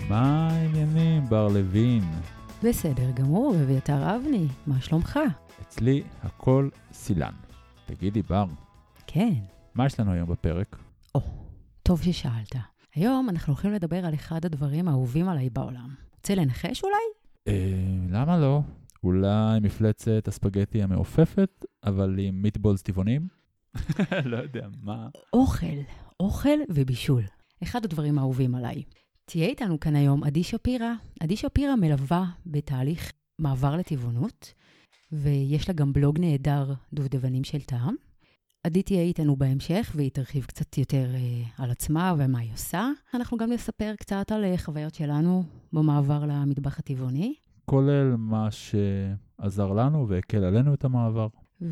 מה העניינים, בר לוין? בסדר גמור, אביתר אבני, מה שלומך? אצלי הכל סילן. תגידי בר. כן. מה יש לנו היום בפרק? טוב ששאלת. היום אנחנו הולכים לדבר על אחד הדברים האהובים עליי בעולם. רוצה לנחש אולי? למה לא? אולי מפלצת הספגטי המעופפת, אבל עם מיטבולס טבעונים? לא יודע, מה? אוכל ובישול. אחד הדברים האהובים עליי. תהיה איתנו כאן היום עדי שפירא. עדי שפירא מלווה בתהליך מעבר לטבעונות, ויש לה גם בלוג נהדר דובדבנים של טעם. עדי תהיה איתנו בהמשך, והיא תרחיב קצת יותר על עצמה ומה היא עושה. אנחנו גם נספר קצת על חוויות שלנו במעבר למטבח הטבעוני. כולל מה שעזר לנו והקל עלינו את המעבר.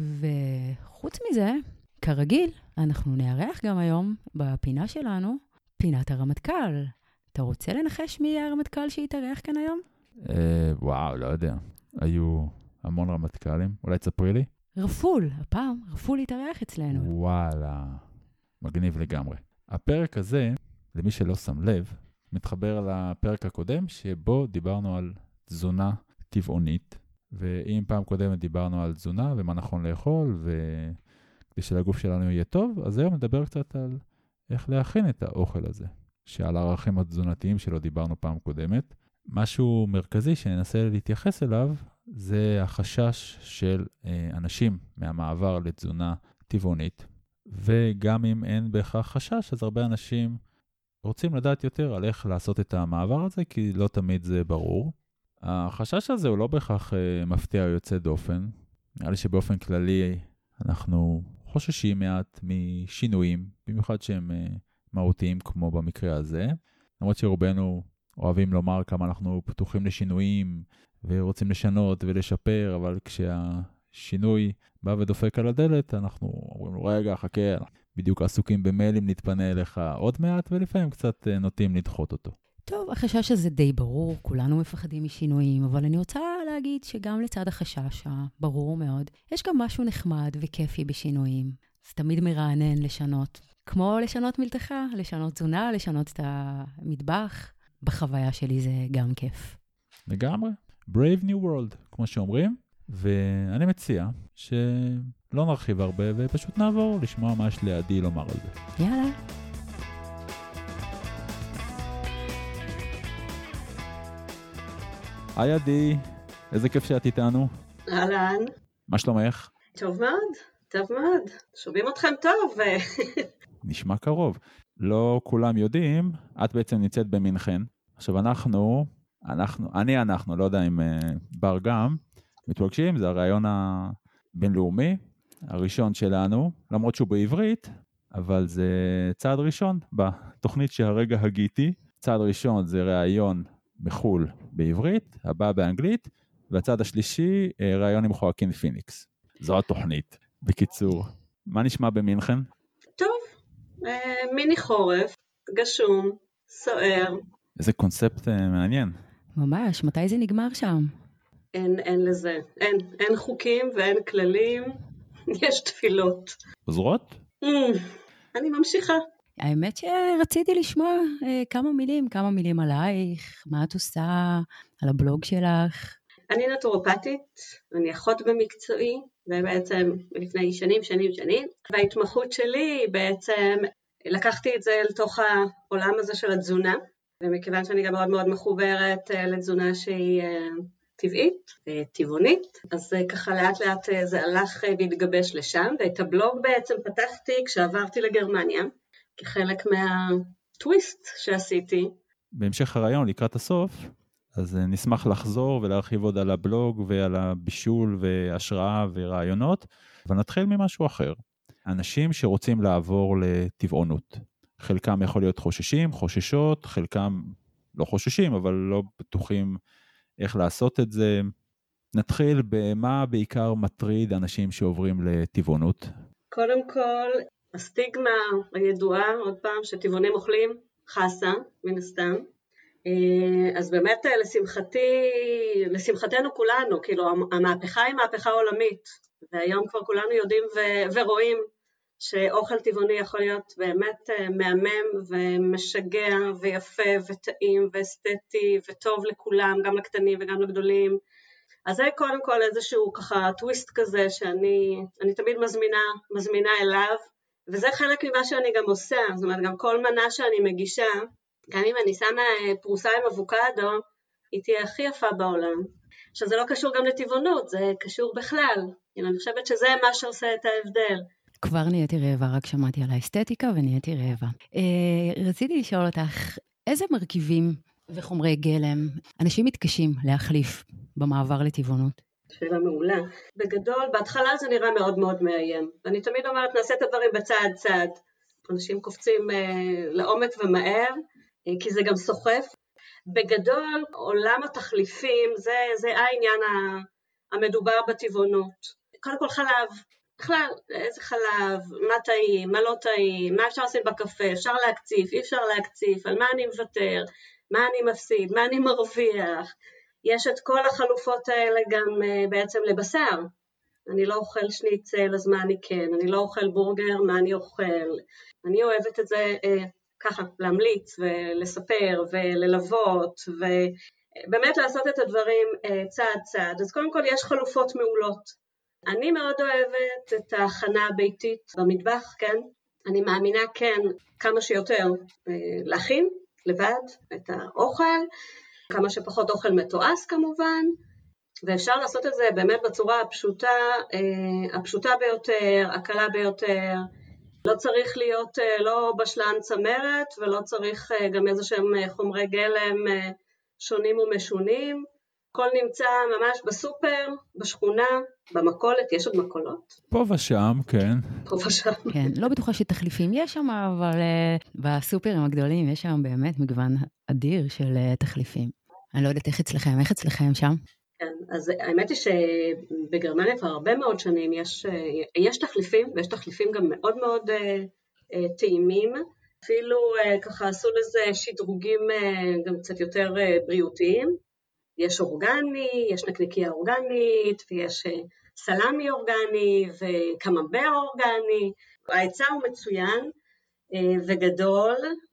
וחוץ מזה, כרגיל, אנחנו נארח גם היום בפינה שלנו, פינת הרמטכ"ל. אתה רוצה לנחש מי יהיה הרמטכ"ל שיתארח כאן היום? וואו, לא יודע. היו המון רמטכ"לים. אולי תספרי לי? הפעם רפול יתארח אצלנו. וואלה, מגניב לגמרי. הפרק הזה, למי שלא שם לב, מתחבר לפרק הקודם, שבו דיברנו על תזונה טבעונית, ואם פעם קודמת דיברנו על תזונה ומה נכון לאכול, וכדי שלגוף שלנו יהיה טוב, אז היום נדבר קצת על איך להכין את האוכל הזה, שעל הערכים התזונתיים שלו דיברנו פעם קודמת. משהו מרכזי שננסה להתייחס אליו, זה החשש של אנשים מהמעבר לתזונה טבעונית, וגם אם אין בהכרח חשש, אז הרבה אנשים רוצים לדעת יותר על איך לעשות את המעבר הזה, כי לא תמיד זה ברור. החשש הזה הוא לא בהכרח מפתיע או יוצא דופן. נראה לי שבאופן כללי אנחנו חוששים מעט משינויים, במיוחד שהם מהותיים כמו במקרה הזה. למרות שרובנו אוהבים לומר כמה אנחנו פתוחים לשינויים ורוצים לשנות ולשפר, אבל כשהשינוי בא ודופק על הדלת, אנחנו אומרים לו, רגע, חכה, בדיוק עסוקים במיילים, נתפנה אליך עוד מעט, ולפעמים קצת נוטים לדחות אותו. טוב, החשש הזה די ברור, כולנו מפחדים משינויים, אבל אני רוצה להגיד שגם לצד החשש הברור מאוד, יש גם משהו נחמד וכיפי בשינויים. זה תמיד מרענן לשנות, כמו לשנות מלתחה, לשנות תזונה, לשנות את המטבח. בחוויה שלי זה גם כיף. לגמרי. Brave New World, כמו שאומרים, ואני מציע שלא נרחיב הרבה ופשוט נעבור לשמוע מה יש לעדי לומר על זה. יאללה. היי עדי, איזה כיף שאת איתנו. אהלן. מה שלומך? טוב מאוד. שומעים אתכם טוב. נשמע קרוב. לא כולם יודעים, את בעצם נמצאת במינכן. עכשיו אנחנו, לא יודע אם בר גם, מתפגשים, זה הרעיון הבינלאומי, הראשון שלנו, למרות שהוא בעברית, אבל זה צעד ראשון בתוכנית שהרגע הגיתי. צעד ראשון זה רעיון מחול בעברית, הבא באנגלית, והצעד השלישי, רעיון עם חואקין פיניקס. זו התוכנית. בקיצור, מה נשמע במינכן? טוב, מיני חורף, גשום, סוער. איזה קונספט מעניין. ממש, מתי זה נגמר שם? אין לזה, אין חוקים ואין כללים, יש תפילות. עוזרות? אני ממשיכה. האמת שרציתי לשמוע כמה מילים עלייך, מה את עושה, על הבלוג שלך. אני נטורופטית, אני אחות במקצועי, ובעצם לפני שנים, וההתמחות שלי בעצם לקחתי את זה לתוך העולם הזה של התזונה, ומכיוון שאני גם מאוד מאוד מחוברת לתזונה שהיא טבעית, טבעונית, אז ככה לאט לאט זה הלך והתגבש לשם, ואת הבלוג בעצם פתחתי כשעברתי לגרמניה, כחלק מהטוויסט שעשיתי. בהמשך הרעיון, לקראת הסוף, אז נשמח לחזור ולהרחיב עוד על הבלוג ועל הבישול והשראה ורעיונות, אבל נתחיל ממשהו אחר. אנשים שרוצים לעבור לטבעונות. חלקם יכול להיות חוששות, חלקם לא חוששים, אבל לא בטוחים איך לעשות את זה. נתחיל במה בעיקר מטריד אנשים שעוברים לטבעונות. קודם כל, הסטיגמה הידועה, עוד פעם, שטבעונים אוכלים חסה, מן הסתם. אז באמת לשמחתנו כולנו, כאילו המהפכה היא מהפכה עולמית, והיום כבר כולנו יודעים ורואים שאוכל טבעוני יכול להיות באמת מהמם ומשגע ויפה וטעים ואסתטי וטוב לכולם, גם לקטנים וגם לגדולים. אז זה קודם כל איזשהו ככה טוויסט כזה שאני תמיד מזמינה אליו, וזה חלק ממה שאני גם עושה, זאת אומרת גם כל מנה שאני מגישה, גם אם אני שמה פרוסה עם אבוקדו, היא תהיה הכי יפה בעולם. עכשיו זה לא קשור גם לטבעונות, זה קשור בכלל, אני חושבת שזה מה שעושה את ההבדל. כבר נהייתי רעבה, רק שמעתי על האסתטיקה ונהייתי רעבה. רציתי לשאול אותך, איזה מרכיבים וחומרי גלם אנשים מתקשים להחליף במעבר לטבעונות? שאלה מעולה. בגדול, בהתחלה זה נראה מאוד מאוד מאיים. ואני תמיד אומרת, נעשה את הדברים בצעד צעד. אנשים קופצים לעומק ומהר, כי זה גם סוחף. בגדול, עולם התחליפים, זה העניין המדובר בטבעונות. קודם כל חלב. בכלל, איזה חלב, מה טעים, מה לא טעים, מה אפשר לעשות בקפה, אפשר להקציף, אי אפשר להקציף, על מה אני מוותר, מה אני מפסיד, מה אני מרוויח. יש את כל החלופות האלה גם בעצם לבשר. אני לא אוכל שניצל, אז מה אני כן, אני לא אוכל בורגר, מה אני אוכל. אני אוהבת את זה ככה, להמליץ ולספר וללוות, ובאמת לעשות את הדברים צעד צעד. אז קודם כל יש חלופות מעולות. אני מאוד אוהבת את ההכנה הביתית במטבח, כן? אני מאמינה כן כמה שיותר להכין לבד את האוכל, כמה שפחות אוכל מתועש כמובן, ואפשר לעשות את זה באמת בצורה הפשוטה ביותר, הקלה ביותר, לא צריך להיות לא בשלן צמרת, ולא צריך גם איזה שהם חומרי גלם שונים ומשונים, הכל נמצא ממש בסופר, בשכונה, במכולת, יש עוד מכולות? פה ושם, כן. פה ושם. כן, לא בטוחה שתחליפים יש שם, אבל בסופרים הגדולים יש שם באמת מגוון אדיר של תחליפים. אני לא יודעת איך אצלכם שם? כן, אז האמת היא שבגרמניה כבר הרבה מאוד שנים יש תחליפים, ויש תחליפים גם מאוד מאוד טעימים, אפילו ככה עשו לזה שדרוגים גם קצת יותר בריאותיים, יש אורגני, יש נקניקיה אורגנית, ויש סלמי אורגני וקממבר אורגני, ההיצע הוא מצוין וגדול,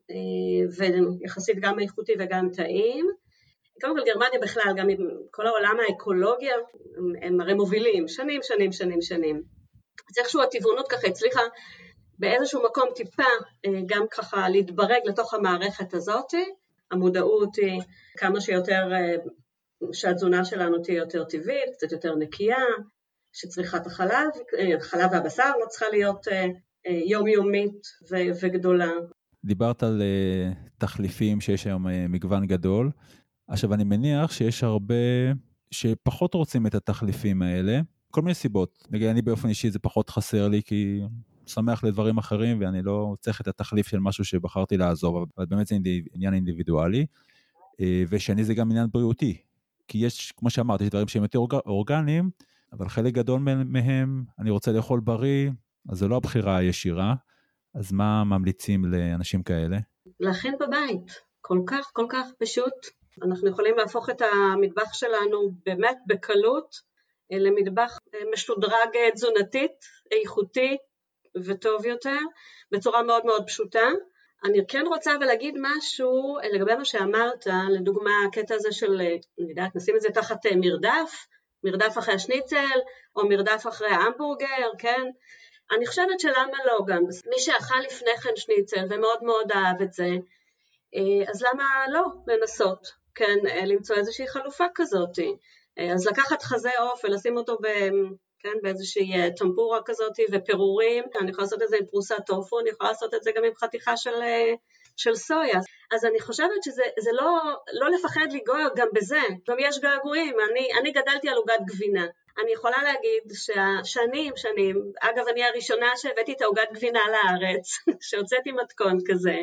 ויחסית גם איכותי וגם טעים, קודם כל גרמניה בכלל, גם עם כל העולם האקולוגיה, הם הרי מובילים, שנים. אז איכשהו הטבעונות ככה הצליחה באיזשהו מקום טיפה, גם ככה להתברג לתוך המערכת הזאת, המודעות היא כמה שיותר, שהתזונה שלנו תהיה יותר טבעית, קצת יותר נקייה, שצריכת החלב והבשר לא צריכה להיות יומיומית וגדולה. דיברת על תחליפים שיש היום מגוון גדול, עכשיו אני מניח שיש הרבה שפחות רוצים את התחליפים האלה, כל מיני סיבות. נגיד אני באופן אישי זה פחות חסר לי, כי שמח לדברים אחרים, ואני לא צריך את התחליף של משהו שבחרתי לעזוב, אבל באמת זה עניין אינדיבידואלי, ושני זה גם עניין בריאותי, כי יש, כמו שאמרתי, יש דברים שהם יותר אורגניים, אבל חלק גדול מהם, אני רוצה לאכול בריא, אז זה לא הבחירה הישירה, אז מה ממליצים לאנשים כאלה? להכין בבית, כל כך פשוט. אנחנו יכולים להפוך את המטבח שלנו באמת בקלות למטבח משודרג תזונתית, איכותי וטוב יותר, בצורה מאוד מאוד פשוטה. אני כן רוצה להגיד משהו לגבי מה שאמרת, לדוגמה הקטע הזה של, אני יודעת, נשים את זה תחת מרדף אחרי השניצל, או מרדף אחרי ההמבורגר, כן? אני חושבת שלמה לא גם, מי שאכל לפני כן שניצל ומאוד מאוד אהב את זה, אז למה לא לנסות? כן, למצוא איזושהי חלופה כזאת, אז לקחת חזה עוף ולשים אותו באיזושהי טמפורה כזאת ופירורים, אני יכולה לעשות את זה עם פרוסת טופו, אני יכולה לעשות את זה גם עם חתיכה של סויה, אז אני חושבת שזה לא לפחד לגוע גם בזה, גם יש געגועים, אני גדלתי על עוגת גבינה, אני יכולה להגיד שנים, אגב אני הראשונה שהבאתי את העוגת גבינה לארץ, שהוצאתי מתכון כזה,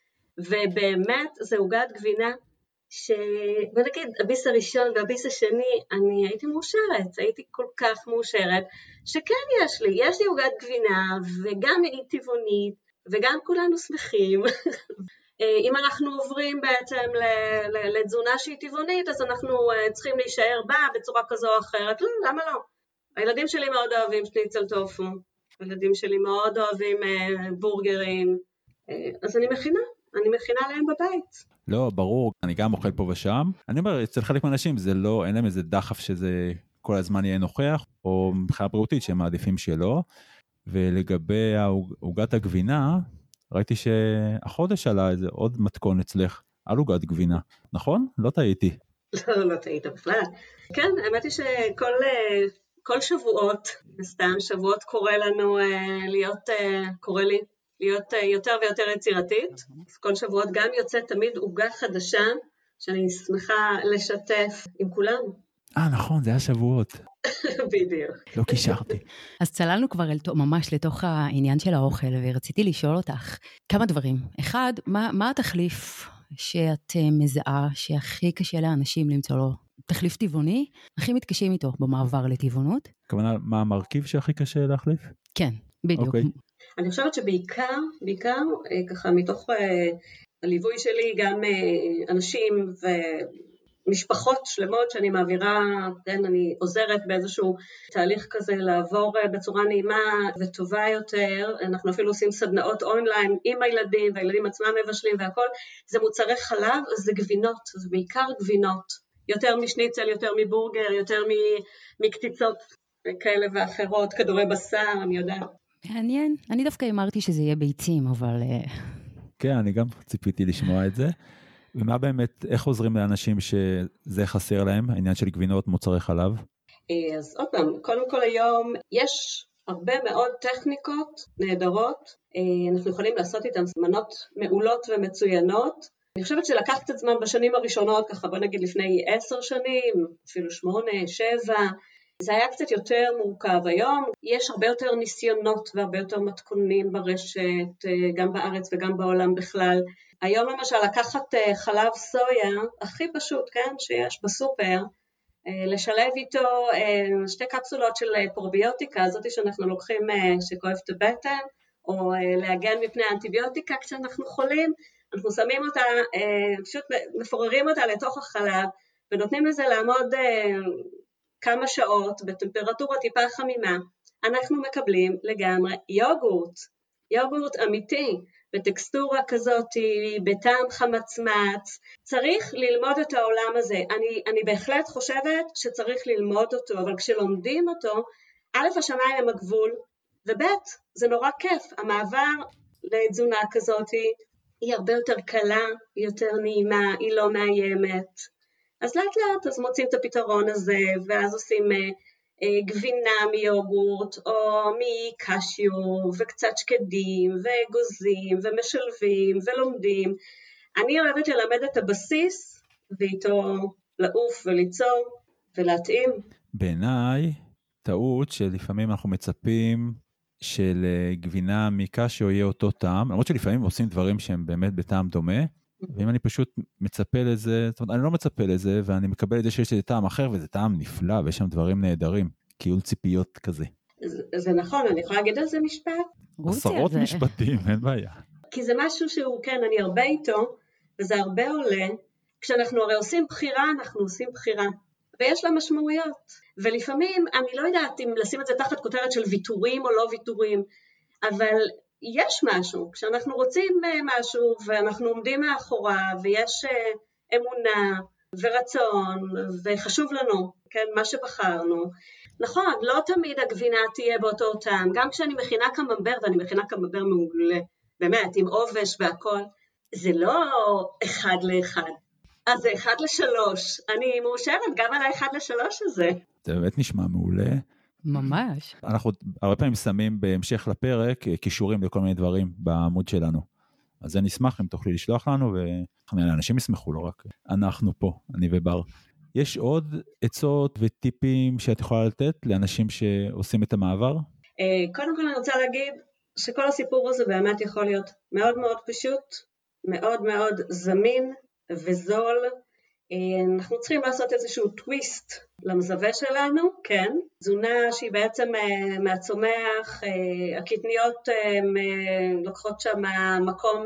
ובאמת זה עוגת גבינה, שבנגיד הביס הראשון והביס השני, אני הייתי מאושרת, הייתי כל כך מאושרת, שכן יש לי עוגת גבינה, וגם היא טבעונית, וגם כולנו שמחים. אם אנחנו עוברים בעצם לתזונה שהיא טבעונית, אז אנחנו צריכים להישאר בה בצורה כזו או אחרת, לא, למה לא? הילדים שלי מאוד אוהבים שניצל טופו, הילדים שלי מאוד אוהבים בורגרים, אז אני מכינה להם בבית. לא, ברור, אני גם אוכל פה ושם. אני אומר, אצל חלק מהאנשים זה לא, אין להם איזה דחף שזה כל הזמן יהיה נוכח, או מבחינה בריאותית שהם מעדיפים שלא. ולגבי עוגת הגבינה, ראיתי שהחודש עלה איזה עוד מתכון אצלך, על עוגת גבינה, נכון? לא טעיתי. לא טעית בכלל. כן, האמת היא שכל שבועות, סתם שבועות קורה לי להיות יותר ויותר יצירתית. כל שבועות גם יוצאת תמיד עוגה חדשה, שאני שמחה לשתף עם כולם. נכון, זה היה שבועות. בדיוק. לא קישרתי. אז צללנו כבר ממש לתוך העניין של האוכל, ורציתי לשאול אותך כמה דברים. אחד, מה התחליף שאת מזהה שהכי קשה לאנשים למצוא לו? תחליף טבעוני? הכי מתקשים איתו במעבר לטבעונות? כמובן, מה המרכיב שהכי קשה להחליף? כן, בדיוק. אוקיי. אני חושבת שבעיקר, ככה מתוך הליווי שלי, גם אנשים ומשפחות שלמות שאני מעבירה, כן, אני עוזרת באיזשהו תהליך כזה לעבור בצורה נעימה וטובה יותר, אנחנו אפילו עושים סדנאות אונליין עם הילדים, והילדים עצמם מבשלים והכל, זה מוצרי חלב, זה גבינות, זה בעיקר גבינות, יותר משניצל, יותר מבורגר, יותר מקציצות כאלה ואחרות, כדורי בשר, אני יודעת. מעניין, אני דווקא אמרתי שזה יהיה ביצים, אבל... כן, אני גם ציפיתי לשמוע את זה. ומה באמת, איך עוזרים לאנשים שזה חסר להם, העניין של גבינות, מוצרי חלב? אז עוד פעם, קודם כל היום יש הרבה מאוד טכניקות נהדרות, אנחנו יכולים לעשות איתן מנות מעולות ומצוינות. אני חושבת שלקח קצת זמן בשנים הראשונות, ככה בוא נגיד לפני 10 שנים, אפילו 8, 7, זה היה קצת יותר מורכב. היום יש הרבה יותר ניסיונות והרבה יותר מתכונים ברשת, גם בארץ וגם בעולם בכלל. היום למשל לקחת חלב סויה, הכי פשוט, כן, שיש בסופר, לשלב איתו 2 קפסולות של פרוביוטיקה, זאת שאנחנו לוקחים שכואבת הבטן, או להגן מפני האנטיביוטיקה כשאנחנו חולים, אנחנו שמים אותה, פשוט מפוררים אותה לתוך החלב, ונותנים לזה לעמוד כמה שעות בטמפרטורה טיפה חמימה, אנחנו מקבלים לגמרי יוגורט אמיתי, בטקסטורה כזאת, בטעם חמצמץ. צריך ללמוד את העולם הזה. אני בהחלט חושבת שצריך ללמוד אותו, אבל כשלומדים אותו, א', השמיים הם הגבול, וב', זה נורא כיף. המעבר לתזונה כזאת היא הרבה יותר קלה, היא יותר נעימה, היא לא מאיימת. אז לאט לאט אז מוצאים את הפתרון הזה, ואז עושים גבינה מיוגורט, או מקשיו, וקצת שקדים, וגוזים, ומשלבים, ולומדים. אני אוהבת ללמד את הבסיס, ואיתו לעוף וליצור, ולהתאים. בעיניי, טעות שלפעמים אנחנו מצפים של גבינה מקשיו יהיה אותו טעם, למרות שלפעמים עושים דברים שהם באמת בטעם דומה, ואם אני פשוט מצפה לזה, זאת אומרת, אני לא מצפה לזה, ואני מקבל את זה שיש לי טעם אחר, וזה טעם נפלא, ויש שם דברים נהדרים, קיול ציפיות כזה. זה נכון, אני יכולה להגיד על זה משפט? עשרות משפטים, אין בעיה. כי זה משהו שהוא, כן, אני הרבה איתו, וזה הרבה עולה, כשאנחנו הרי עושים בחירה, אנחנו עושים בחירה, ויש לה משמעויות, ולפעמים אני לא יודעת אם לשים את זה תחת כותרת של ויתורים או לא ויתורים, אבל יש משהו, כשאנחנו רוצים משהו ואנחנו עומדים מאחורה ויש אמונה ורצון וחשוב לנו, כן, מה שבחרנו. נכון, לא תמיד הגבינה תהיה באותו טעם, גם כשאני מכינה קממבר, ואני מכינה קממבר מעולה, באמת, עם עובש והכל, זה לא 1:1, אז זה 1:3, אני מאושרת גם על 1:3 הזה. זה באמת נשמע מעולה. ממש. אנחנו הרבה פעמים שמים בהמשך לפרק קישורים לכל מיני דברים בעמוד שלנו. אז אני אשמח אם תוכלי לשלוח לנו, ואנשים ישמחו, לא רק אנחנו פה, אני ובר. יש עוד עצות וטיפים שאת יכולה לתת לאנשים שעושים את המעבר? קודם כל אני רוצה להגיד שכל הסיפור הזה באמת יכול להיות מאוד מאוד פשוט, מאוד מאוד זמין וזול. אנחנו צריכים לעשות איזשהו טוויסט למזווה שלנו, כן, תזונה שהיא בעצם מהצומח, הקטניות לוקחות שם מקום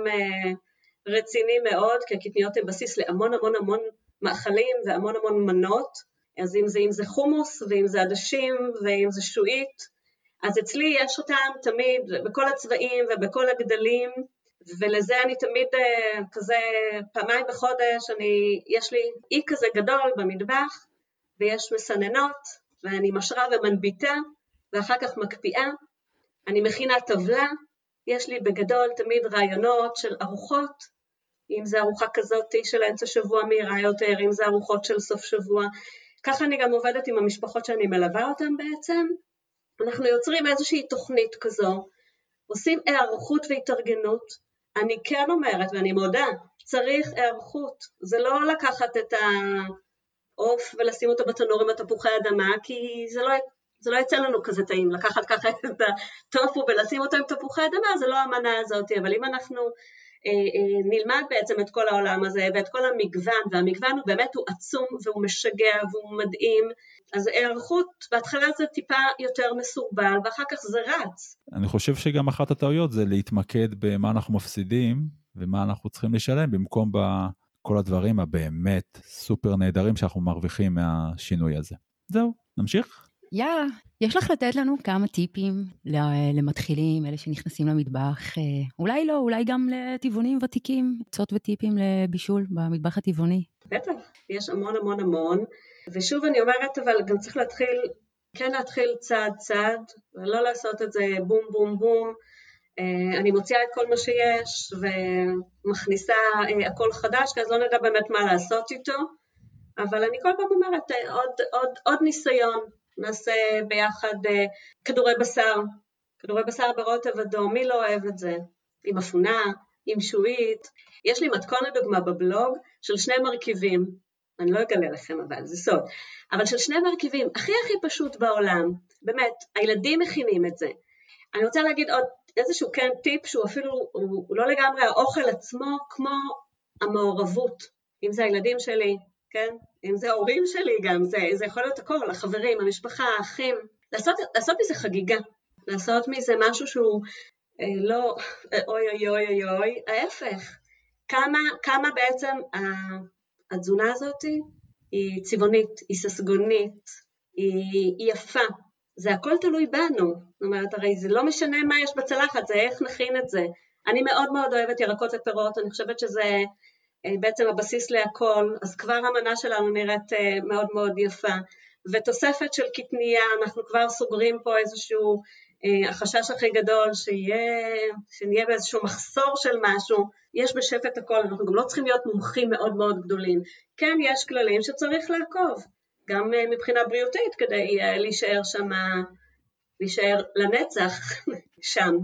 רציני מאוד, כי הקטניות הן בסיס להמון המון המון מאכלים והמון המון מנות, אז אם זה חומוס ואם זה עדשים ואם זה שועית, אז אצלי יש אותם תמיד בכל הצבעים ובכל הגדלים, ולזה אני תמיד כזה פעמיים בחודש, יש לי אי כזה גדול במטבח, ויש מסננות, ואני משרה ומנביטה, ואחר כך מקפיאה, אני מכינה טבלה, יש לי בגדול תמיד רעיונות של ארוחות, אם זה ארוחה כזאת של אמצע שבוע מהירה יותר, אם זה ארוחות של סוף שבוע, ככה אני גם עובדת עם המשפחות שאני מלווה אותן בעצם, אנחנו יוצרים איזושהי תוכנית כזו, עושים הערכות והתארגנות, אני כן אומרת ואני מודה, צריך הערכות, זה לא לקחת את העוף ולשים אותו בתנור עם התפוחי אדמה, כי זה לא יצא לנו כזה טעים, לקחת ככה את הטופו ולשים אותו עם תפוחי אדמה, זה לא המנה הזאת, אבל אם אנחנו נלמד בעצם את כל העולם הזה ואת כל המגוון, והמגוון הוא באמת הוא עצום והוא משגע והוא מדהים, אז הערכות בהתחלה זה טיפה יותר מסורבל ואחר כך זה רץ. אני חושב שגם אחת הטעויות זה להתמקד במה אנחנו מפסידים ומה אנחנו צריכים לשלם, במקום בכל הדברים הבאמת סופר נהדרים שאנחנו מרוויחים מהשינוי הזה. זהו, נמשיך? יאללה, יש לך לתת לנו כמה טיפים למתחילים, אלה שנכנסים למטבח, אולי לא, אולי גם לטבעונים ותיקים, עצות וטיפים לבישול במטבח הטבעוני. בטח, יש המון המון המון, ושוב אני אומרת, אבל גם צריך להתחיל צעד צעד, ולא לעשות את זה בום בום בום, אני מוציאה את כל מה שיש, ומכניסה הכל חדש, כי אז לא נדע באמת מה לעשות איתו, אבל אני כל פעם אומרת, עוד ניסיון, נעשה ביחד כדורי בשר ברוטב אדום, מי לא אוהב את זה? עם אפונה, עם שועית. יש לי מתכון לדוגמה בבלוג של 2 מרכיבים, אני לא אגלה לכם אבל זה סוד, אבל של 2 מרכיבים, הכי פשוט בעולם, באמת, הילדים מכינים את זה. אני רוצה להגיד עוד איזשהו כן טיפ, שהוא אפילו, הוא לא לגמרי האוכל עצמו, כמו המעורבות, אם זה הילדים שלי, כן? אם זה ההורים שלי גם, זה יכול להיות הכל, החברים, המשפחה, האחים, לעשות מזה חגיגה, לעשות מזה משהו שהוא לא, אוי, ההפך, כמה בעצם התזונה הזאת היא צבעונית, היא ססגונית, היא יפה, זה הכל תלוי בנו, זאת אומרת, הרי זה לא משנה מה יש בצלחת, זה איך נכין את זה, אני מאוד מאוד אוהבת ירקות ופירות, אני חושבת שזה בעצם הבסיס להכל, אז כבר המנה שלנו נראית מאוד מאוד יפה, ותוספת של קטניה, אנחנו כבר סוגרים פה איזשהו, החשש הכי גדול שנהיה באיזשהו מחסור של משהו, יש בשפט הכל, אנחנו גם לא צריכים להיות מומחים מאוד מאוד גדולים, כן יש כללים שצריך לעקוב, גם מבחינה בריאותית כדי להישאר שם, להישאר לנצח שם,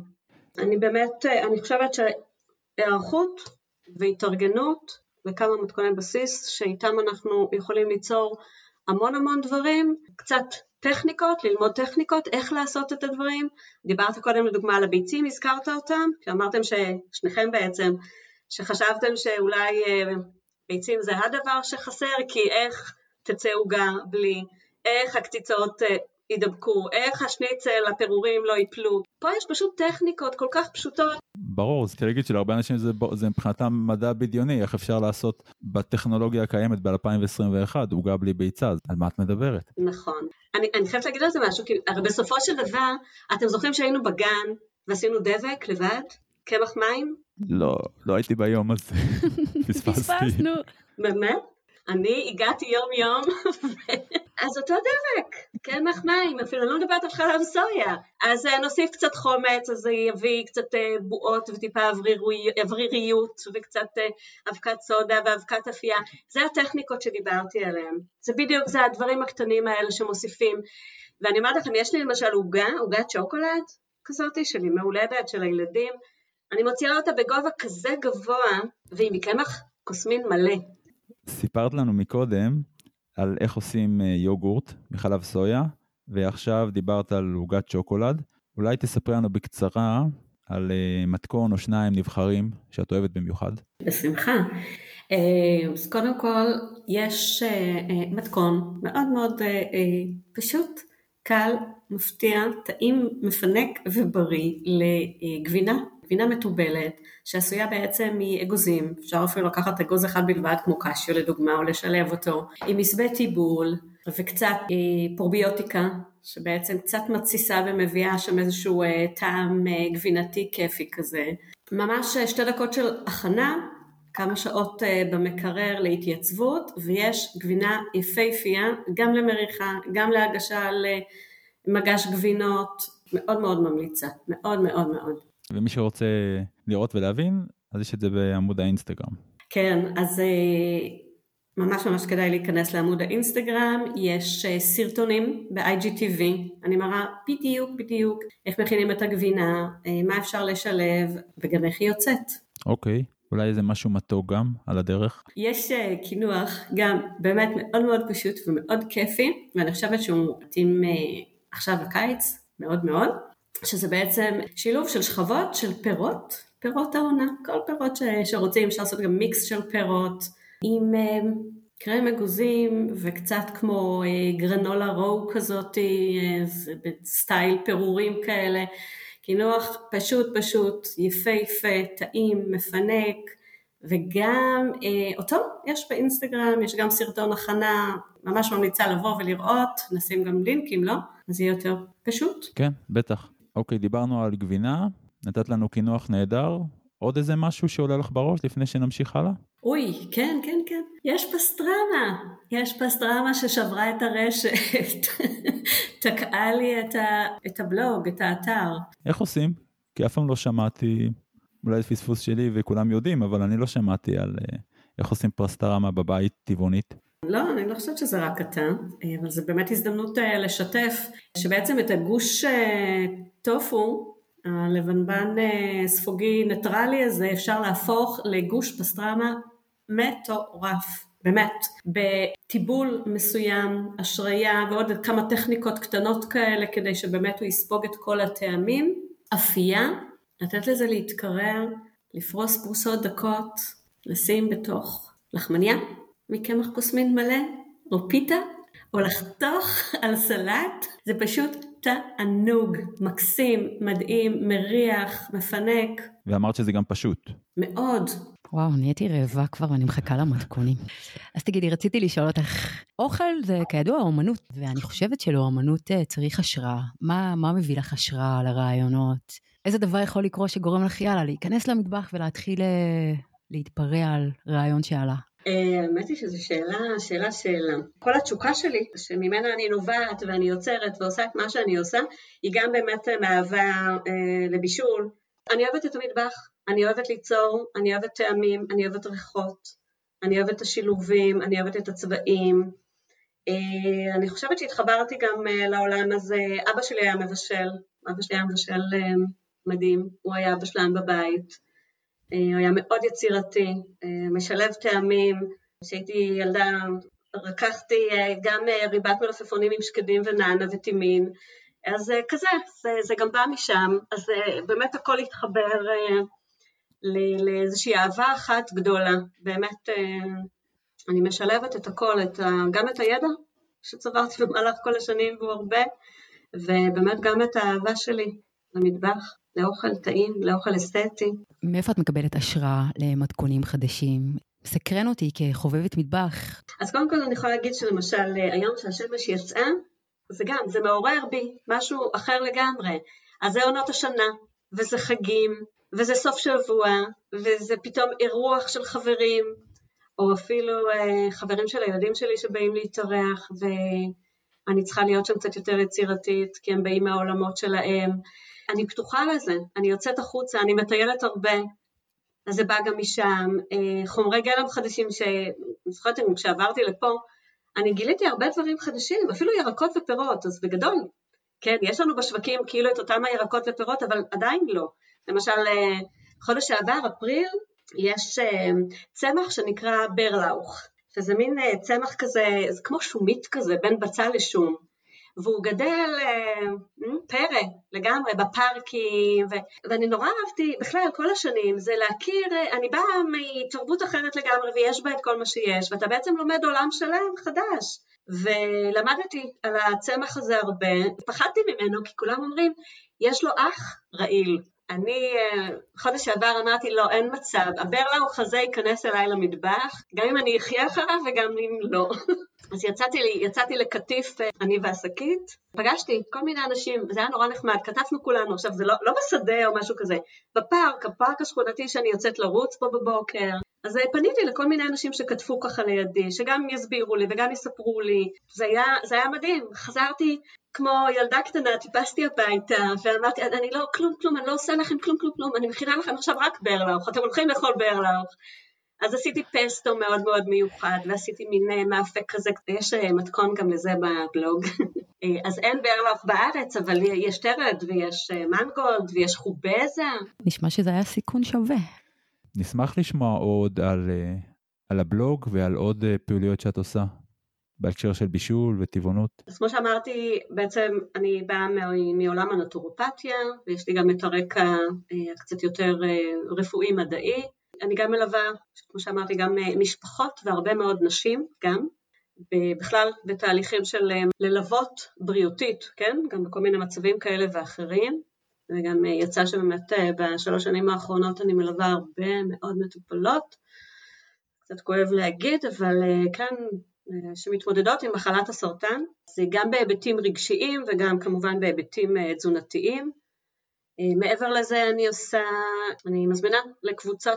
אני חושבת שהערכות והתארגנות וכמה מתכוני בסיס שאיתם אנחנו יכולים ליצור המון דברים, קצת טכניקות, ללמוד טכניקות, איך לעשות את הדברים. דיברת קודם לדוגמה על הביצים, הזכרת אותם, שאמרתם ששניכם בעצם, שחשבתם שאולי ביצים זה הדבר שחסר, כי איך תצא עוגה בלי, איך הקציצות ידבקו, איך השניצל, הפירורים לא ייפלו. פה יש פשוט טכניקות כל כך פשוטות. ברור, זה להגיד שלהרבה אנשים זה מבחינתם מדע בדיוני, איך אפשר לעשות בטכנולוגיה הקיימת ב-2021, עוגה בלי ביצה, על מה את מדברת? נכון. אני חייבת להגיד על זה משהו, כי הרי בסופו של דבר, אתם זוכרים שהיינו בגן, ועשינו דבק לבד, קמח מים? לא הייתי ביום הזה, פספסנו. באמת? אני הגעתי יום, אז אותו דבק, קמח מים, אפילו לא מדברת על חלב סויה, אז נוסיף קצת חומץ, אז זה יביא קצת בועות וטיפה אווריריות, וקצת אבקת סודה ואבקת אפייה, זה הטכניקות שדיברתי עליהן, זה בדיוק, זה הדברים הקטנים האלה שמוסיפים, ואני אומרת לכם, יש לי למשל עוגת שוקולד כזאת, שלי מהולדת של הילדים, אני מוציאה אותה בגובה כזה גבוה, והיא מקמח קוסמין מלא. סיפרת לנו מקודם על איך עושים יוגורט מחלב סויה, ועכשיו דיברת על עוגת שוקולד. אולי תספרי לנו בקצרה על מתכון או 2 נבחרים שאת אוהבת במיוחד. בשמחה. אז קודם כל יש מתכון מאוד מאוד פשוט, קל, מפתיע, טעים, מפנק ובריא לגבינה. גבינה מטובלת, שעשויה בעצם מאגוזים, אפשר אפילו לקחת אגוז אחד בלבד, כמו קשיו לדוגמה, או לשלב אותו, עם מסבה טיבול, וקצת פרוביוטיקה, שבעצם קצת מתסיסה ומביאה שם איזשהו טעם גבינתי כיפי כזה. ממש 2 דקות של הכנה, כמה שעות במקרר להתייצבות, ויש גבינה יפהפייה, גם למריחה, גם להגשה למגש גבינות, מאוד מאוד ממליצה, מאוד מאוד מאוד. ומי שרוצה לראות ולהבין, אז יש את זה בעמוד האינסטגרם. כן, אז ממש ממש כדאי להיכנס לעמוד האינסטגרם, יש סרטונים ב-IGTV, אני מראה בדיוק איך מכינים את הגבינה, מה אפשר לשלב, וגם איך היא יוצאת. אוקיי, אולי איזה משהו מתוק גם על הדרך? יש קינוח גם באמת מאוד מאוד פשוט ומאוד כיפי, ואני חושבת שהוא מתאים עכשיו בקיץ, מאוד מאוד, שזה בעצם שילוב של שכבות של פירות העונה, כל פירות שרוצים, אפשר לעשות גם מיקס של פירות, עם קרם אגוזים וקצת כמו גרנולה רו כזאת, בסטייל פירורים כאלה, קינוח פשוט, יפה, טעים, מפנק, וגם אותו יש באינסטגרם, יש גם סרטון הכנה, ממש ממליצה לבוא ולראות, נשים גם לינקים, לא? אז יהיה יותר פשוט. כן, בטח. אוקיי, דיברנו על גבינה, נתת לנו קינוח נהדר, עוד איזה משהו שעולה לך בראש לפני שנמשיך הלאה? אוי, כן. יש פסטרמה ששברה את הרשת, תקעה לי את הבלוג, את האתר. איך עושים? כי אף פעם לא שמעתי, אולי פספוס שלי וכולם יודעים, אבל אני לא שמעתי על איך עושים פסטרמה בבית טבעונית. לא, אני לא חושבת שזה רק אתה, אבל זה באמת הזדמנות לשתף, שבעצם את הגוש טופו, הלבנבן ספוגי ניטרלי הזה, אפשר להפוך לגוש פסטרמה מטורף, באמת, בטיבול מסוים, אשריה ועוד כמה טכניקות קטנות כאלה, כדי שבאמת הוא יספוג את כל הטעמים, אפייה, לתת לזה להתקרר, לפרוס פרוסות דקות, לשים בתוך לחמניה, מקמח קוסמין מלא, או פיתה, או לחתוך על סלט, זה פשוט תענוג, מקסים, מדהים, מריח, מפנק. ואמרת שזה גם פשוט. מאוד. וואו, נהייתי רעבה כבר ואני מחכה למתכונים. אז תגידי, רציתי לשאול אותך, אוכל זה כידוע אומנות, ואני חושבת שלאומנות צריך השראה. מה מביא לך השראה לרעיונות? איזה דבר יכול לקרות שגורם לך יאללה, להיכנס למטבח ולהתחיל להתפרע על רעיון שעלה? האמת היא שזו שאלה. כל התשוקה שלי, שממנה אני נובעת ואני יוצרת ועושה את מה שאני עושה, היא גם באמת מאהבה לבישול. אני אוהבת את המטבח, אני אוהבת ליצור, אני אוהבת טעמים, אני אוהבת ריחות, אני אוהבת את השילובים, אני אוהבת את הצבעים. אני חושבת שהתחברתי גם לעולם הזה, אבא שלי היה מבשל מדהים, הוא היה בשלן בבית. הוא היה מאוד יצירתי, משלב טעמים, כשהייתי ילדה רקחתי גם ריבת מלפפונים עם שקדים ונענה וטימין, אז כזה, זה גם בא משם, אז באמת הכל התחבר לאיזושהי אהבה אחת גדולה, באמת אני משלבת את הכל, גם את הידע שצברתי במהלך כל השנים והוא הרבה, ובאמת גם את האהבה שלי למטבח. לאוכל טעים, לאוכל אסתטי. מאיפה את מקבלת השראה למתכונים חדשים? סקרן אותי כחובבת מטבח. אז קודם כל אני יכולה להגיד שלמשל היום שהשמש יצאה, זה מעורר בי משהו אחר לגמרי. אז זה עונות השנה, וזה חגים, וזה סוף שבוע, וזה פתאום אירוח של חברים, או אפילו חברים של הילדים שלי שבאים להתארח, ואני צריכה להיות שם קצת יותר יצירתית, כי הם באים מהעולמות שלהם. אני פתוחה לזה, אני יוצאת החוצה, אני מטיילת הרבה, אז זה בא גם משם, חומרי גלם חדשים, זוכרת, כשעברתי לפה, אני גיליתי הרבה דברים חדשים, אפילו ירקות ופירות, אז בגדול, כן, יש לנו בשווקים כאילו את אותם הירקות ופירות, אבל עדיין לא. למשל, חודש שעבר, אפריל, יש צמח שנקרא ברלאוך, שזה מין צמח כזה, זה כמו שומית כזה, בין בצל לשום, והוא גדל פרא לגמרי בפארקים, ואני נורא אהבתי בכלל כל השנים, זה להכיר, אני באה מתרבות אחרת לגמרי, ויש בה את כל מה שיש, ואתה בעצם לומד עולם שלם חדש, ולמדתי על הצמח הזה הרבה, פחדתי ממנו, כי כולם אומרים, יש לו אח רעיל, אני חודש שעבר אמרתי לו, אין מצב, הברלאוך הזה ייכנס אליי למטבח, גם אם אני אחיה אחריו וגם אם לא. אז יצאתי לקטיף, אני והשקית, פגשתי כל מיני אנשים, זה היה נורא נחמד, כתפנו כולנו, עכשיו זה לא בשדה או משהו כזה, הפארק השכונתי שאני יוצאת לרוץ פה בבוקר, אז פניתי לכל מיני אנשים שכתפו ככה לידי, שגם יסבירו לי וגם יספרו לי, זה היה מדהים, חזרתי כמו ילדה קטנה, טיפסתי הביתה, ואמרתי, אני לא, כלום, אני לא עושה לכם כלום, אני מכינה לכם עכשיו רק ברלאוך, אתם הולכים לאכול ברלאוך. אז עשיתי פסטו מאוד מאוד מיוחד, ועשיתי מין מאפה כזה, יש מתכון גם לזה בבלוג. אז אין ברלאוך בארץ, אבל יש תרד, ויש מנגולד, ויש חובזה. נשמע שזה היה סיכון שווה. נשמח לשמוע עוד על הבלוג ועל עוד פעילויות שאת עושה, בהקשר של בישול וטבעונות. אז כמו שאמרתי, בעצם אני באה מעולם הנטורופתיה, ויש לי גם את הרקע קצת יותר רפואי-מדעי. אני גם מלווה, כמו שאמרתי, גם משפחות והרבה מאוד נשים, גם בכלל בתהליכים של ללוות בריאותית, כן? גם בכל מיני מצבים כאלה ואחרים, וגם יצא שבאמת בשלוש שנים האחרונות אני מלווה הרבה מאוד מטופלות, קצת כואב להגיד, אבל כאן שמתמודדות עם מחלת הסרטן, זה גם בהיבטים רגשיים וגם כמובן בהיבטים תזונתיים. מעבר לזה אני מזמינה לקבוצות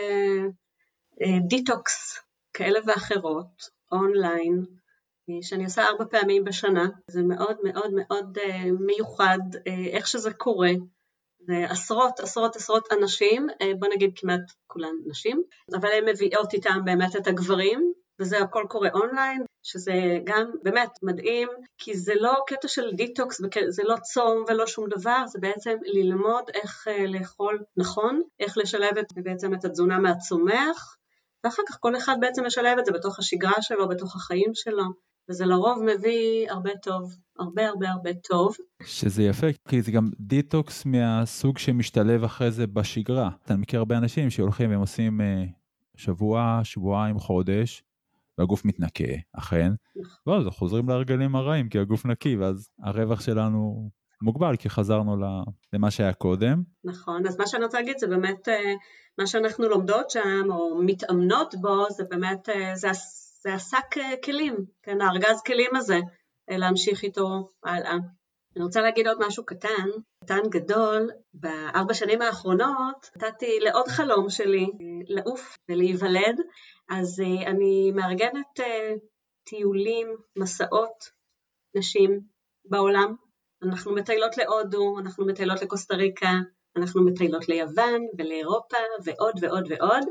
דיטוקס כאלה ואחרות, אונליין, שאני עושה 4 פעמים בשנה. זה מאוד מאוד מאוד מיוחד איך שזה קורה. זה עשרות אנשים, בוא נגיד כמעט כולן נשים, אבל הן מביאות איתם באמת את הגברים, וזה הכל קורה אונליין, שזה גם באמת מדהים, כי זה לא קטע של דיטוקס, זה לא צום ולא שום דבר, זה בעצם ללמוד איך לאכול נכון, איך לשלב בעצם את התזונה מהצומח, ואחר כך כל אחד בעצם משלב את זה בתוך השגרה שלו, בתוך החיים שלו, וזה לרוב מביא הרבה טוב, הרבה טוב. שזה יפה, כי זה גם דיטוקס מהסוג שמשתלב אחרי זה בשגרה. אתה מכיר הרבה אנשים שהולכים והם עושים שבוע, שבועיים, חודש, והגוף מתנקה, אכן, ואז חוזרים להרגלים הרעים, כי הגוף נקי, ואז הרווח שלנו מוגבל, כי חזרנו למה שהיה קודם. נכון, אז מה שאני רוצה להגיד, זה באמת, מה שאנחנו לומדות שם, או מתאמנות בו, זה באמת, זה עסק כלים, כן, הארגז כלים הזה, להמשיך איתו הלאה. אני רוצה להגיד עוד משהו קטן גדול, ב4 שנים האחרונות, נתתי לעוד חלום שלי, לעוף ולהיוולד, אז אני מארגנת טיולים, מסעות, נשים בעולם, אנחנו מטיילות להודו, אנחנו מטיילות לקוסטה ריקה, אנחנו מטיילות ליוון ולאירופה ועוד,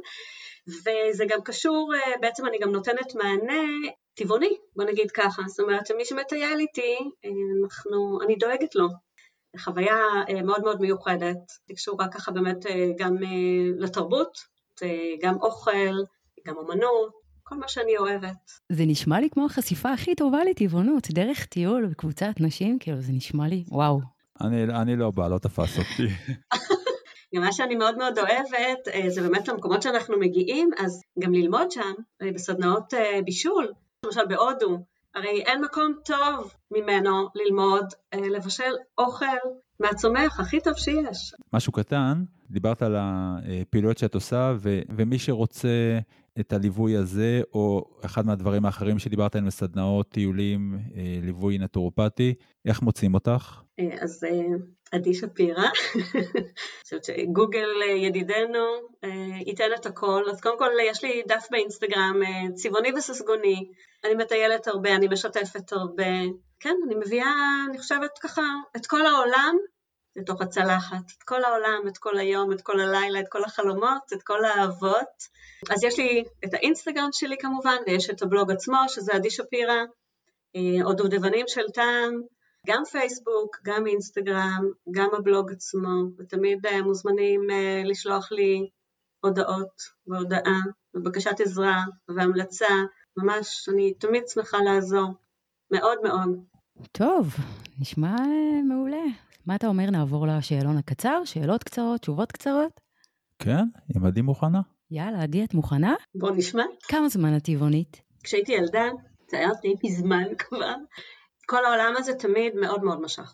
וזה גם קשור, בעצם אני גם נותנת מענה טבעוני, בוא נגיד ככה, זאת אומרת שמי שמטייל איתי, אני דואגת לו, חוויה מאוד מאוד מיוחדת, תקשורה ככה באמת גם לתרבות, גם אוכל, גם אומנות, כל מה שאני אוהבת. זה נשמע לי כמו החשיפה הכי טובה לטבעונות, דרך טיול בקבוצת נשים, כאילו זה נשמע לי, וואו. אני לא בא, לא תפס אותי. גם מה שאני מאוד מאוד אוהבת, זה באמת למקומות שאנחנו מגיעים, אז גם ללמוד שם, בסדנאות בישול, למשל בהודו, הרי אין מקום טוב ממנו ללמוד, לבשל אוכל מהצומח הכי טוב שיש. משהו קטן, דיברת על הפעילויות שאת עושה, ומי שרוצה את הליווי הזה, או אחד מהדברים האחרים שדיברת עליהם, סדנאות, טיולים, ליווי נטורופתי, איך מוצאים אותך? אז עדי שפירא, חושבת שגוגל ידידנו ייתן את הכל, אז קודם כל יש לי דף באינסטגרם, צבעוני וססגוני, אני מטיילת הרבה, אני משתפת הרבה, כן, אני מביאה, אני חושבת ככה, את כל העולם לתוך הצלחת, את כל העולם, את כל היום, את כל הלילה, את כל החלומות, את כל האהבות, אז יש לי את האינסטגרם שלי כמובן, ויש את הבלוג עצמו, שזה עדי שפירא, עוד דובדבנים של טעם, גם פייסבוק, גם אינסטגרם, גם הבלוג עצמו, ותמיד מוזמנים לשלוח לי הודעות והודעה, ובקשת עזרה והמלצה, ממש אני תמיד שמחה לעזור, מאוד מאוד. טוב, נשמע מעולה. מה אתה אומר, נעבור לשאלון הקצר, שאלות קצרות, תשובות קצרות? כן, אם עדי מוכנה. יאללה, עדי, את מוכנה? בוא נשמע. כמה זמן את טבעונית? כשהייתי ילדה, ציירתי מזמן כבר, כל העולם הזה תמיד מאוד מאוד משך אותי.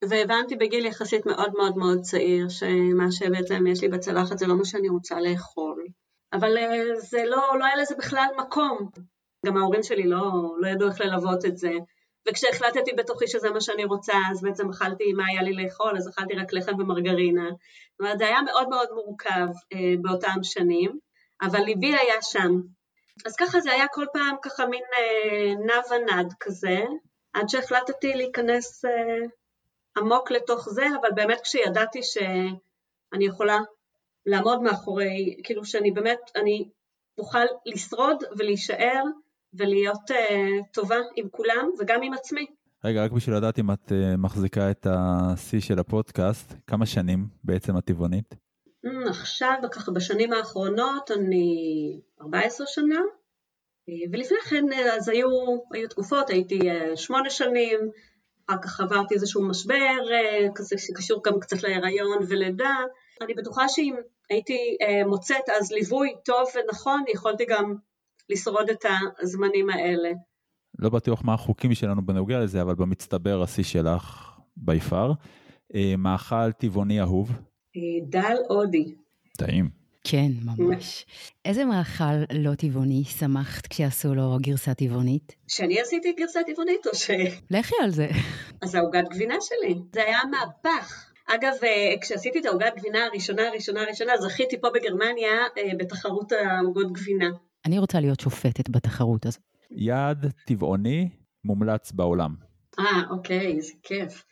והבנתי בגיל יחסית מאוד מאוד מאוד צעיר, שמה שבעצם יש לי בצלחת זה לא מה שאני רוצה לאכול. אבל זה לא היה לזה בכלל מקום. גם ההורים שלי לא ידעו איך ללוות את זה. וכשהחלטתי בתוכי שזה מה שאני רוצה, אז בעצם אכלתי מה היה לי לאכול, אז אכלתי רק לחם ומרגרינה. זאת אומרת, זה היה מאוד מאוד מורכב באותם שנים, אבל ליבי היה שם. אז ככה זה היה כל פעם ככה מין נע ונד כזה, עד שהחלטתי להיכנס עמוק לתוך זה, אבל באמת כשידעתי שאני יכולה לעמוד מאחורי, כאילו שאני באמת, אני אוכל לשרוד ולהישאר ולהיות טובה עם כולם וגם עם עצמי. רגע, רק בשביל לדעת אם את מחזיקה את השיא של הפודקאסט, כמה שנים בעצם את טבעונית? עכשיו, ככה בשנים האחרונות, אני 14 שנה, ולפני כן אז היו תקופות, הייתי 8 שנים, אחר כך עברתי איזשהו משבר, כזה שקשור גם קצת להיריון ולידה. אני בטוחה שאם הייתי מוצאת אז ליווי טוב ונכון, יכולתי גם לשרוד את הזמנים האלה. לא בטוח מה החוקים שלנו בנוגע לזה, אבל במצטבר השיא שלך ביפר. מאכל טבעוני אהוב? דל הודי. טעים. כן, ממש. איזה מאכל לא טבעוני שמחת כשעשו לו גרסה טבעונית? שאני עשיתי גרסה טבעונית או ש... לכי על זה. אז העוגת גבינה שלי. זה היה מהפך. אגב, כשעשיתי את העוגת גבינה הראשונה, זכיתי פה בגרמניה בתחרות העוגות גבינה. אני רוצה להיות שופטת בתחרות הזאת. יעד טבעוני מומלץ בעולם. אוקיי, זה כיף.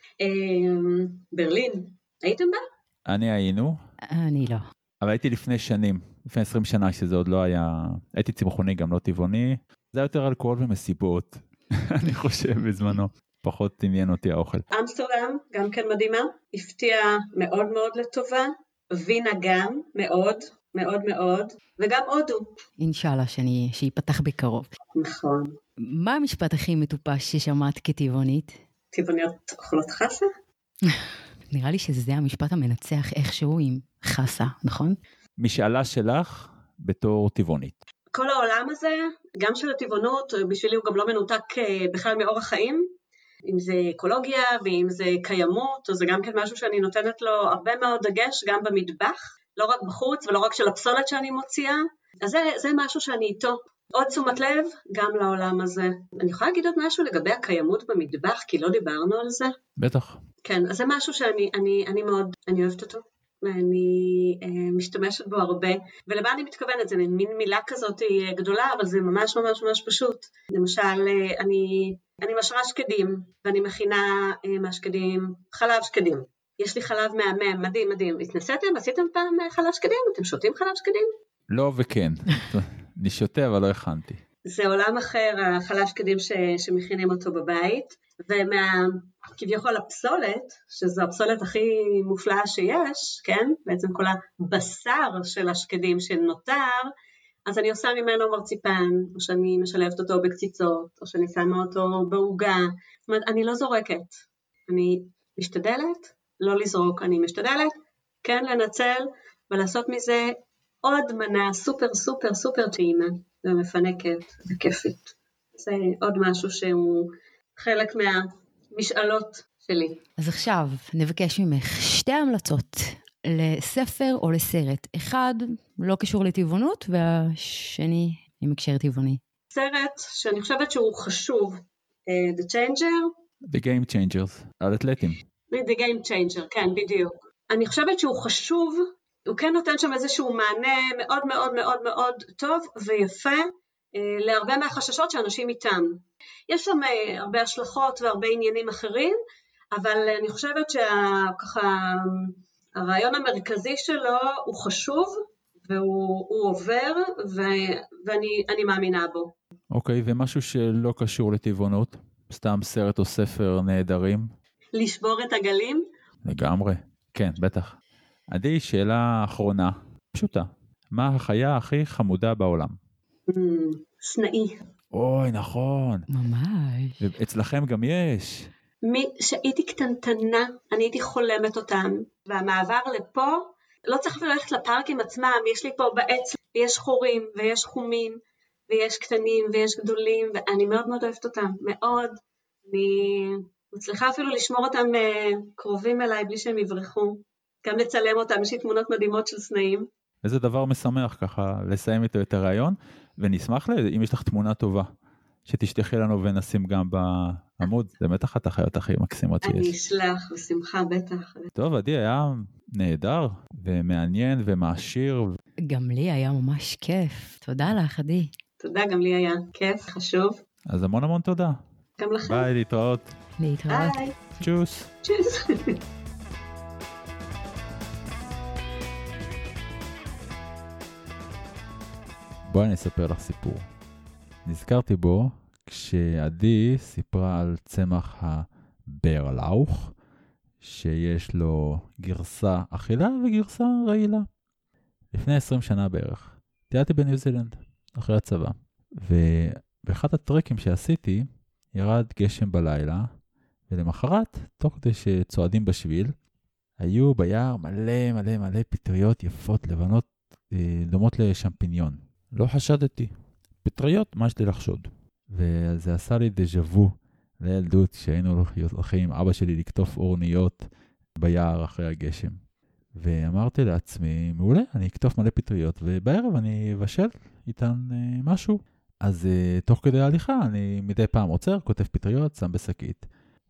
ברלין, הייתם בה? היינו. אני לא. אבל הייתי לפני שנים, לפני 20 שנה שזה עוד לא היה, הייתי צמחוני גם לא טבעוני, זה היה יותר אלכוהול ומסיבות, אני חושב בזמנו, פחות עניין אותי האוכל. אמסטרדם, גם כן מדהימה, הפתיע מאוד מאוד לטובה, וינה גם מאוד, מאוד מאוד, וגם הודו. אינשאללה שיפתח בקרוב. נכון. מה המשפט הכי מטופש ששמעת כטבעונית? טבעוניות אוכלות חסה? נראה לי שזה המשפט המנצח איכשהו עם חסה, נכון? משאלה שלך בתור טבעונית. כל העולם הזה, גם של הטבעונות, בשבילי הוא גם לא מנותק בכלל מאורח חיים, אם זה אקולוגיה ואם זה קיימות, או זה גם כן משהו שאני נותנת לו הרבה מאוד דגש, גם במטבח, לא רק בחוץ ולא רק של הפסולת שאני מוציאה, אז זה משהו שאני איתו. עוד תשומת לב, גם לעולם הזה. אני יכולה להגיד עוד משהו לגבי הקיימות במטבח, כי לא דיברנו על זה? בטח. כן, אז זה משהו שאני מאוד, אני אוהבת אותו, ואני משתמשת בו הרבה, ולמה אני מתכוונת? זה מין מילה כזאת גדולה, אבל זה ממש ממש ממש פשוט. למשל, אני משרה שקדים, ואני מכינה מהשקדים, חלב שקדים. יש לי חלב מהמם, מדהים, מדהים. התנסיתם? עשיתם פעם חלב שקדים? אתם שותים חלב שקדים? לא וכן. אני שותה, אבל לא הכנתי. זה עולם אחר, החלב שקדים שמכינים אותו בבית, כביכול הפסולת, שזו הפסולת הכי מופלאה שיש, כן? בעצם כל הבשר של השקדים שנותר, אז אני עושה ממנו מרציפן, או שאני משלבת אותו בקציצות, או שאני שמה אותו בעוגה. זאת אומרת, אני לא זורקת. אני משתדלת לא לזרוק, אני משתדלת כן לנצל ולעשות מזה עוד מנה סופר סופר סופר טעימה ומפנקת וכיפית. זה עוד משהו שהוא חלק מהמשאלות שלי. אז עכשיו נבקש ממך 2 המלצות לספר או לסרט. אחד לא קשור לטבעונות והשני עם הקשר טבעוני. סרט שאני חושבת שהוא חשוב, The Changer. The Game Changers, על אתלטים. The Game Changer, כן, בדיוק. אני חושבת שהוא חשוב, הוא כן נותן שם איזשהו מענה מאוד מאוד מאוד מאוד טוב ויפה, להרבה מהחששות שאנשים איתם. יש שם הרבה השלכות והרבה עניינים אחרים, אבל אני חושבת שככה הרעיון המרכזי שלו הוא חשוב, והוא עובר, ואני מאמינה בו. אוקיי, ומשהו שלא קשור לטבעונות? סתם סרט או ספר נהדרים? לשבור את הגלים? לגמרי, כן, בטח. עדי, שאלה אחרונה, פשוטה. מה החיה הכי חמודה בעולם? סנאי. אוי, נכון. ממש. אצלכם גם יש. שהייתי קטנטנה, אני הייתי חולמת אותם, והמעבר לפה, לא צריך ללכת לפארקים עצמם, יש לי פה בעץ, ויש חורים, ויש חומים, ויש קטנים, ויש גדולים, ואני מאוד מאוד אוהבת אותם, מאוד. מצליחה אפילו לשמור אותם קרובים אליי בלי שהם יברחו. גם לצלם אותם, יש לי תמונות מדהימות של סנאים. איזה דבר משמח ככה לסיים איתו את הרעיון, ונשמח אם יש לך תמונה טובה, שתשתחי לנו ונשים גם בעמוד, זה באמת אחת החיות הכי מקסימות שיש. אני אשלח, בשמחה, בטח. טוב, עדי, היה נהדר ומעניין ומעשיר. גם לי היה ממש כיף. תודה לך, עדי. תודה, גם לי היה כיף, חשוב. אז המון המון תודה. גם לכם. ביי, להתראות. להתראות. ביי. צ'וס. צ'וס. בואי אני אספר לך סיפור. נזכרתי בו כשעדי סיפרה על צמח הברלאוך, שיש לו גרסה אכילה וגרסה רעילה. לפני 20 שנה בערך, טיילתי בניו זילנד, אחרי הצבא. ובאחד הטרקים שעשיתי, ירד גשם בלילה, ולמחרת, תוך כדי שצועדים בשביל, היו ביער מלא מלא מלא פטריות יפות לבנות, דומות לשמפיניון. לא חשדתי. פטריות, מה יש לי לחשוד? וזה עשה לי דז'וו לילדות, שהיינו הולכים עם אבא שלי לקטוף אורניות ביער אחרי הגשם. ואמרתי לעצמי, מעולה, אני אקטוף מלא פטריות, ובערב אני אבשל איתן משהו. אז תוך כדי ההליכה, אני מדי פעם עוצר, כותב פטריות, שם בשקית.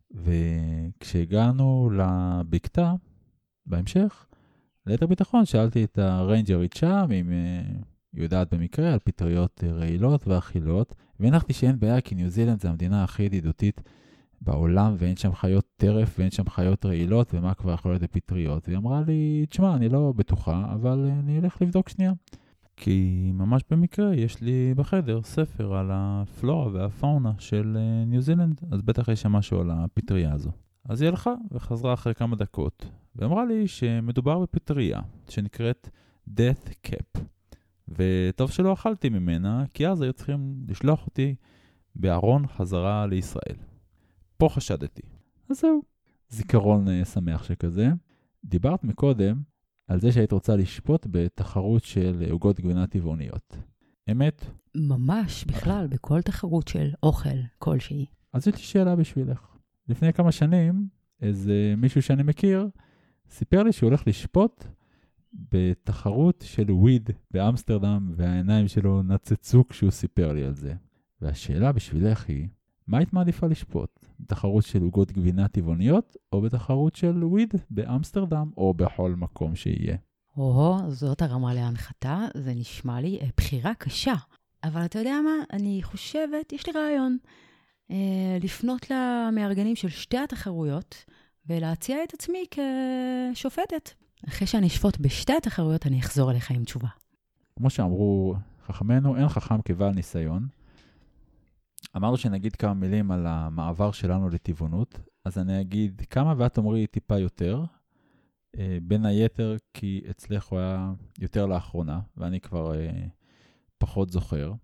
וכשהגענו לבקתה, בהמשך, ליתר ביטחון, שאלתי את הריינג'רית שם, אם היא יודעת במקרה על פטריות רעילות ואכילות, והנחתי שאין בעיה, כי ניו זילנד זה המדינה הכי ידידותית בעולם, ואין שם חיות טרף, ואין שם חיות רעילות, ומה כבר יכול להיות בפטריות. והיא אמרה לי, תשמע, אני לא בטוחה, אבל אני אלך לבדוק שנייה. כי ממש במקרה יש לי בחדר ספר על הפלורה והפאונה של ניו זילנד, אז בטח יש שם משהו על הפטריה הזו. אז היא הלכה וחזרה אחרי כמה דקות, ואמרה לי שמדובר בפטריה שנקראת Death Cap. וטוב שלא אכלתי ממנה, כי אז היו צריכים לשלוח אותי בארון חזרה לישראל. פה חשדתי. אז זהו, זיכרון שמח שכזה. דיברת מקודם על זה שהיית רוצה לשפוט בתחרות של עוגות גבינה טבעוניות. אמת? ממש, בכלל, בכל תחרות של אוכל כלשהי. אז יש לי שאלה בשבילך. לפני כמה שנים, איזה מישהו שאני מכיר, סיפר לי שהוא הולך לשפוט בתחרות של וויד באמסטרדם, והעיניים שלו נצצו כשהוא סיפר לי על זה. והשאלה בשבילך היא, מה היית מעדיפה לשפוט? בתחרות של עוגות גבינה טבעוניות, או בתחרות של וויד באמסטרדם, או בכל מקום שיהיה? זאת הרמה להנחתה, זה נשמע לי בחירה קשה. אבל אתה יודע מה? אני חושבת, יש לי רעיון. לפנות למארגנים של שתי התחרויות, ולהציע את עצמי כשופטת. אחרי שאני אשפוט בשתי התחרויות, אני אחזור אליך עם תשובה. כמו שאמרו חכמנו, אין חכם כבעל ניסיון. אמרנו שנגיד כמה מילים על המעבר שלנו לטבעונות, אז אני אגיד כמה ואת אומרי טיפה יותר, בין היתר כי אצלך הוא היה יותר לאחרונה, ואני כבר פחות זוכר.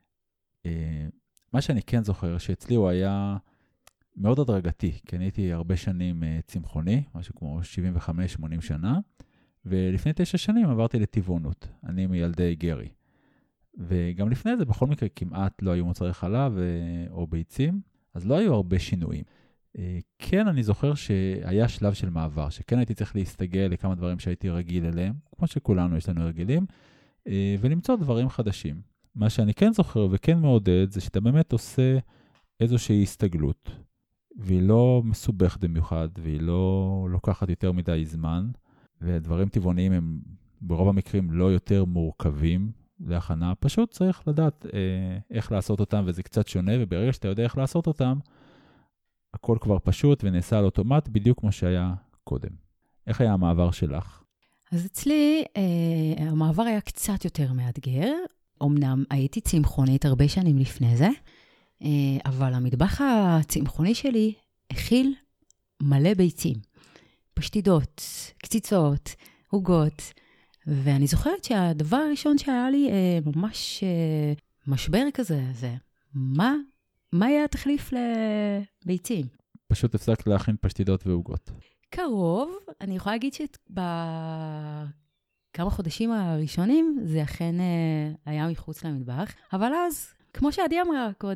מה שאני כן זוכר, שאצלי הוא היה מאוד הדרגתי, כי אני הייתי הרבה שנים צמחוני, משהו כמו 75-80 שנה, ולפני 9 שנים עברתי לטבעונות, אני מילדי גרי. וגם לפני זה, בכל מקרה, כמעט לא היו מוצרי חלב או ביצים, אז לא היו הרבה שינויים. כן, אני זוכר שהיה שלב של מעבר, שכן הייתי צריך להסתגל לכמה דברים שהייתי רגיל אליהם, כמו שכולנו יש לנו הרגלים, ולמצוא דברים חדשים. מה שאני כן זוכר וכן מעודד, זה שאתה באמת עושה איזושהי הסתגלות, והיא לא מסובכת במיוחד, והיא לא לוקחת יותר מדי זמן, ודברים טבעוניים הם ברוב המקרים לא יותר מורכבים להכנה, פשוט צריך לדעת איך לעשות אותם, וזה קצת שונה, וברגע שאתה יודע איך לעשות אותם, הכל כבר פשוט ונעשה על אוטומט, בדיוק כמו שהיה קודם. איך היה המעבר שלך? אז אצלי, המעבר היה קצת יותר מאתגר. אמנם הייתי צמחונית הרבה שנים לפני זה, אבל המטבח הצמחוני שלי הכיל מלא ביצים. פשטידות, קציצות, עוגות. ואני זוכרת שהדבר הראשון שהיה לי ממש משבר כזה, זה מה היה התחליף לביצים? פשוט הפסקת להכין פשטידות ועוגות. קרוב, אני יכולה להגיד שבכמה חודשים הראשונים זה אכן היה מחוץ למטבח, אבל אז, כמו שעדי אמרה קודם,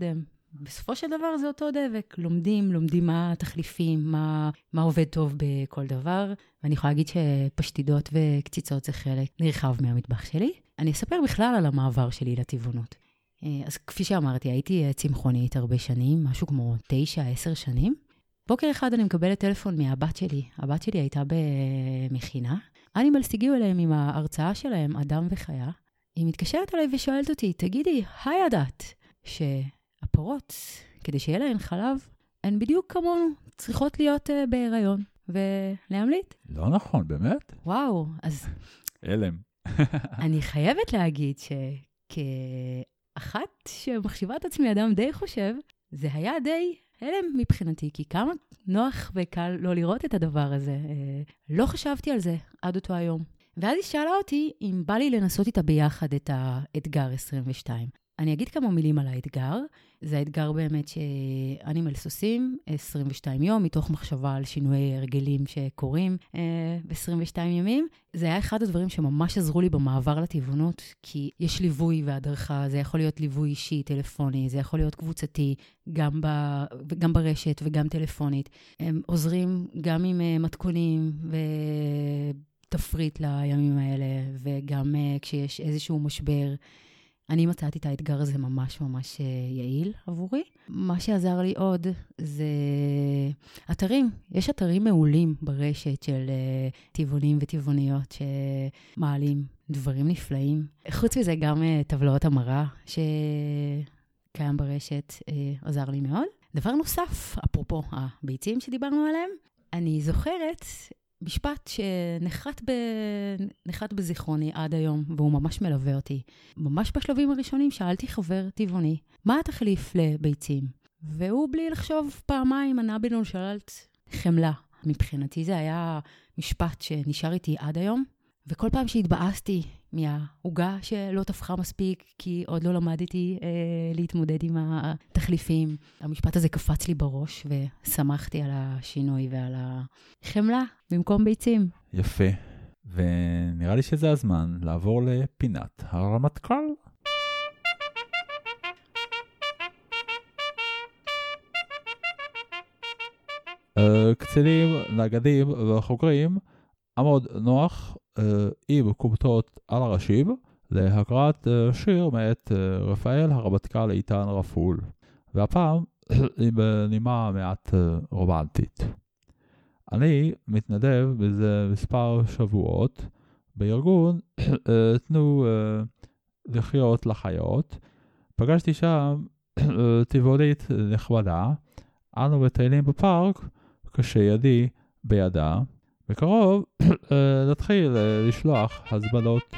בסופו של דבר זה אותו דבק. לומדים מה התחליפים, מה עובד טוב בכל דבר. ואני יכולה להגיד שפשטידות וקציצות זה חלק נרחב מהמטבח שלי. אני אספר בכלל על המעבר שלי לטבעונות. אז כפי שאמרתי, הייתי צמחונית הרבה שנים, משהו כמו 9-10 שנים. בוקר אחד אני מקבלת טלפון מהבת שלי. הבת שלי הייתה במכינה. אנימלס הגיעו אליהם עם ההרצאה שלהם, אדם וחיה. היא מתקשרת אליי ושואלת אותי, תגידי, היי הדת, שהפרות, כדי שיהיה להן חלב, הן בדיוק כמונו, צריכות להיות בהיריון. ולהמליט. לא נכון, באמת? וואו, אז... אלם. אני חייבת להגיד שכאחת שמחשיבה את עצמי אדם די חושב, זה היה די הלם מבחינתי, כי כמה נוח וקל לא לראות את הדבר הזה. לא חשבתי על זה עד אותו היום. ואז היא שאלה אותי אם בא לי לנסות איתה ביחד את האתגר 22. אני אגיד כמה מילים על האתגר. זה האתגר באמת שאנימלס עושים 22 יום, מתוך מחשבה על שינויי הרגלים שקורים ב-22 ימים. זה היה אחד הדברים שממש עזרו לי במעבר לטבעונות, כי יש ליווי והדרכה, זה יכול להיות ליווי אישי, טלפוני, זה יכול להיות קבוצתי, גם ברשת וגם טלפונית. הם עוזרים גם עם מתכונים ותפריט לימים האלה, וגם כשיש איזשהו משבר, אני מצאתי את האתגר הזה ממש ממש יעיל עבורי. מה שעזר לי עוד זה אתרים. יש אתרים מעולים ברשת של טבעונים וטבעוניות שמעלים דברים נפלאים. חוץ מזה גם טבלאות המרה שקיים ברשת עזר לי מאוד. דבר נוסף, אפרופו הביצים שדיברנו עליהם, אני זוכרת משפט שנחת בזיכרוני עד היום, והוא ממש מלווה אותי. ממש בשלבים הראשונים שאלתי חבר טבעוני, מה התחליף לביצים? והוא בלי לחשוב פעמיים ענה בנונשלנט חמלה. מבחינתי זה היה משפט שנשאר איתי עד היום, וכל פעם שהתבאסתי מהעוגה שלא תפחה מספיק, כי עוד לא למדתי להתמודד עם התחליפים, המשפט הזה קפץ לי בראש, ושמחתי על השינוי ועל החמלה במקום ביצים. יפה. ונראה לי שזה הזמן לעבור לפינת הרמטכ"ל. קצינים, נגדים וחוקרים, עמוד נוח עם כומתות על הראשים להקראת שיר מאת רפאל הרמטכ"ל איתן רפול, והפעם עם נימה מעט רומנטית. אני מתנדב בזה מספר שבועות בארגון תנו לחיות לחיות. פגשתי שם טבעונית נחמדה, אנו מטיילים בפארק כשידי בידה. בקרוב נתחיל לשלוח הזמנות.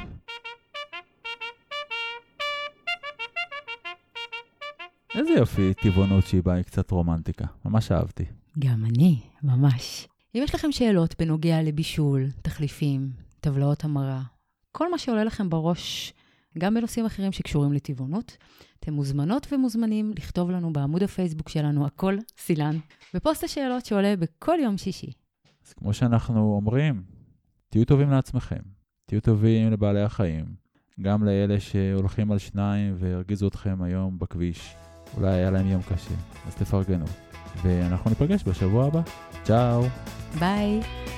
איזה יופי טבעונות שהיא באה קצת רומנטיקה, ממש אהבתי. גם אני, ממש. אם יש לכם שאלות בנוגע לבישול, תחליפים, טבלאות המרה, כל מה שעולה לכם בראש, גם בנושאים אחרים שקשורים לטבעונות, אתם מוזמנות ומוזמנים לכתוב לנו בעמוד הפייסבוק שלנו, הכל סילן, בפוסט השאלות שעולה בכל יום שישי. אז כמו שאנחנו אומרים, תהיו טובים לעצמכם, תהיו טובים לבעלי החיים, גם לאלה שהולכים על שניים והרגיזו אתכם היום בכביש, אולי היה להם יום קשה, אז תפרגנו. ואנחנו ניפגש בשבוע הבא. צ'או. ביי.